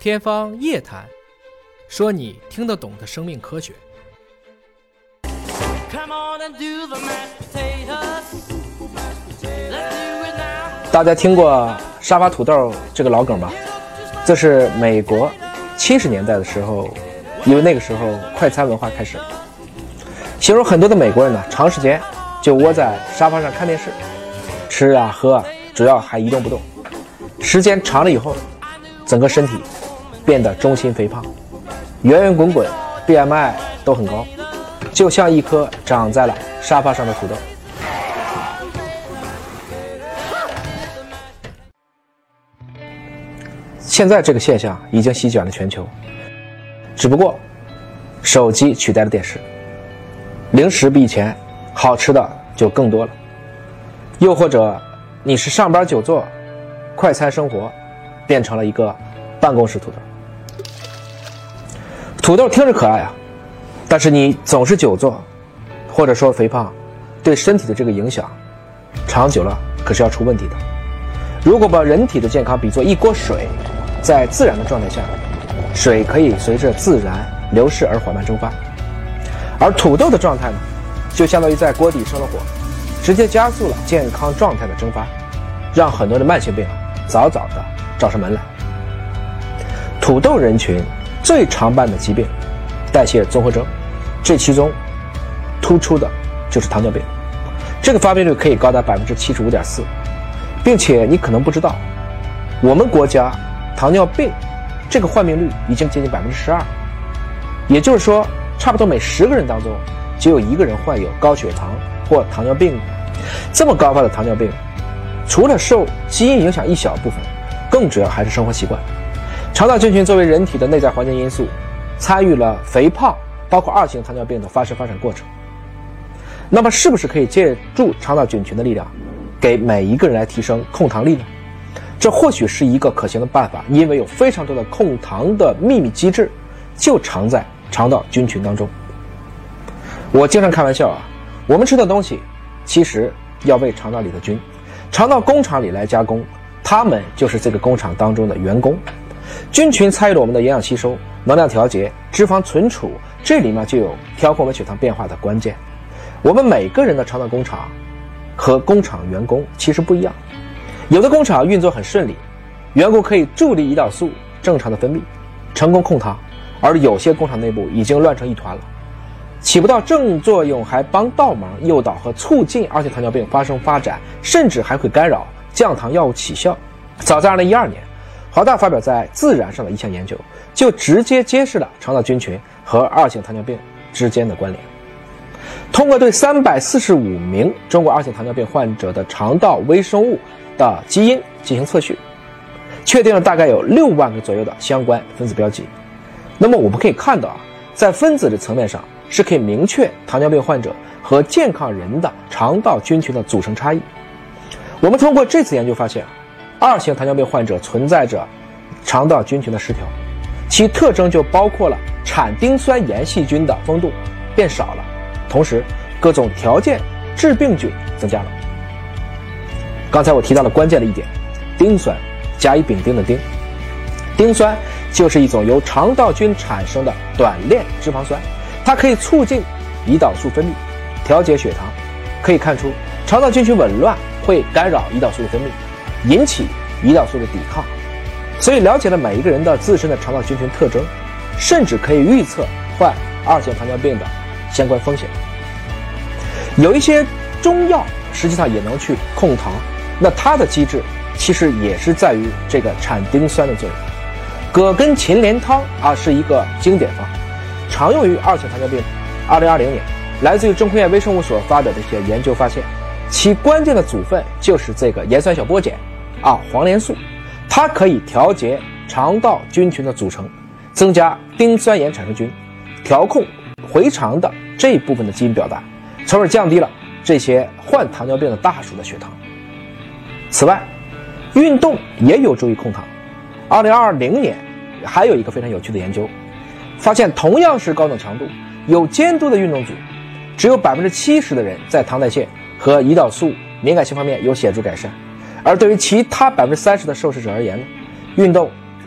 天方夜谭，说你听得懂的生命科学。大家听过沙发土豆这个老梗吧？这是美国70年代的时候，因为那个时候快餐文化开始了，形容很多的美国人呢，长时间就窝在沙发上看电视，吃啊喝啊，主要还一动不动。时间长了以后，整个身体变得中心肥胖，圆圆滚滚， BMI 都很高，就像一颗长在了沙发上的土豆。现在这个现象已经席卷了全球，只不过手机取代了电视，零食比以前好吃的就更多了，又或者你是上班久坐，快餐生活变成了一个办公室土豆。土豆听着可爱啊，但是你总是久坐或者说肥胖，对身体的这个影响长久了可是要出问题的。如果把人体的健康比作一锅水，在自然的状态下，水可以随着自然流逝而缓慢蒸发，而土豆的状态呢，就相当于在锅底生了火，直接加速了健康状态的蒸发，让很多的慢性病早早的找上门来。土豆人群最常伴的疾病代谢综合征，这其中突出的就是糖尿病，这个发病率可以高达 75.4%， 并且你可能不知道，我们国家糖尿病这个患病率已经接近 12%， 也就是说差不多每10个人当中就有1个人患有高血糖或糖尿病。这么高发的糖尿病，除了受基因影响一小部分，更主要还是生活习惯。肠道菌群作为人体的内在环境因素，参与了肥胖包括2型糖尿病的发展过程。那么是不是可以借助肠道菌群的力量，给每一个人来提升控糖力呢？这或许是一个可行的办法，因为有非常多的控糖的秘密机制就藏在肠道菌群当中。我经常开玩笑啊，我们吃的东西其实要为肠道里的菌，肠道工厂里来加工，他们就是这个工厂当中的员工。菌群参与了我们的营养吸收、能量调节、脂肪存储，这里面就有调控我们血糖变化的关键。我们每个人的肠道工厂和工厂员工其实不一样，有的工厂运作很顺利，员工可以助力胰岛素正常的分泌，成功控糖，而有些工厂内部已经乱成一团了，起不到正作用，还帮倒忙，诱导和促进2型糖尿病发展，甚至还会干扰降糖药物起效。早在2012年，华大发表在《自然》上的一项研究，就直接揭示了肠道菌群和2型糖尿病之间的关联。通过对345名中国2型糖尿病患者的肠道微生物的基因进行测序，确定了大概有6万个左右的相关分子标记。那么我们可以看到啊，在分子的层面上是可以明确糖尿病患者和健康人的肠道菌群的组成差异。我们通过这次研究发现，2型糖尿病患者存在着肠道菌群的失调，其特征就包括了产丁酸盐细菌的丰度变少了，同时各种条件致病菌增加了。刚才我提到了关键的一点，丁酸，甲乙丙丁的丁，丁酸就是一种由肠道菌产生的短链脂肪酸，它可以促进胰岛素分泌，调节血糖。可以看出，肠道菌群紊乱会干扰胰岛素的分泌，引起胰岛素的抵抗。所以了解了每一个人的自身的肠道菌群特征，甚至可以预测患2型糖尿病的相关风险。有一些中药实际上也能去控糖，那它的机制其实也是在于这个产丁酸的作用。葛根芩连汤是一个经典方，常用于2型糖尿病。2020年来自于中科院微生物所发表的一些研究发现，其关键的组分就是这个盐酸小波碱黄连素，它可以调节肠道菌群的组成，增加丁酸盐产生菌，调控回肠的这一部分的基因表达，从而降低了这些患糖尿病的大数的血糖。此外，运动也有助于控糖。2020年还有一个非常有趣的研究，发现同样是高等强度有监督的运动组，只有 70% 的人在糖代谢和胰岛素敏感性方面有显著改善，而对于其他 30% 的受试者而言呢，运动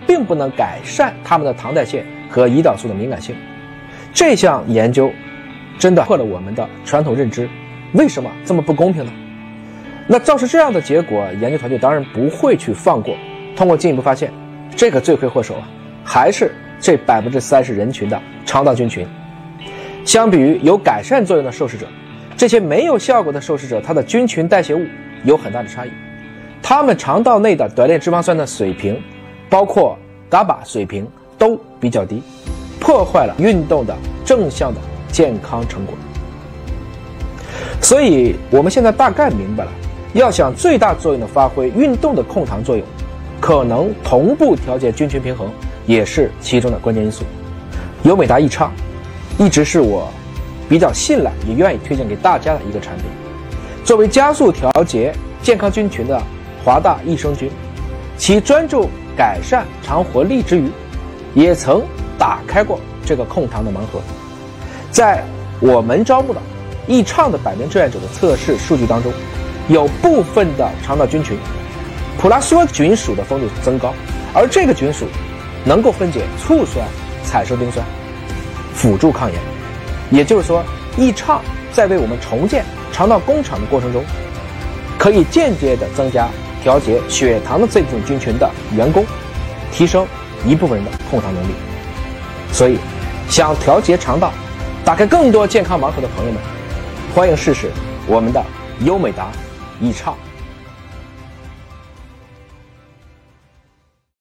并不能改善他们的糖代谢和胰岛素的敏感性。这项研究真的破了我们的传统认知，为什么这么不公平呢？那照是这样的结果，研究团队当然不会去放过。通过进一步发现，这个罪魁祸首还是这30%人群的肠道菌群。相比于有改善作用的受试者，这些没有效果的受试者，它的菌群代谢物有很大的差异。他们肠道内的短链脂肪酸的水平，包括 GABA 水平都比较低，破坏了运动的正向的健康成果。所以我们现在大概明白了，要想最大作用的发挥运动的控糖作用，可能同步调节菌群平衡也是其中的关键因素。优美达益畅一直是我比较信赖也愿意推荐给大家的一个产品。作为加速调节健康菌群的华大益生菌，其专注改善肠活力之余，也曾打开过这个控糖的盲盒。在我们招募的益畅的百名志愿者的测试数据当中，有部分的肠道菌群普拉索菌属的丰度增高，而这个菌属能够分解醋酸彩色丁酸，辅助抗炎。也就是说，益畅在为我们重建肠道工厂的过程中，可以间接的增加调节血糖的这种菌群的员工，提升一部分人的控糖能力。所以想调节肠道，打开更多健康盲盒的朋友们，欢迎试试我们的优美达益畅。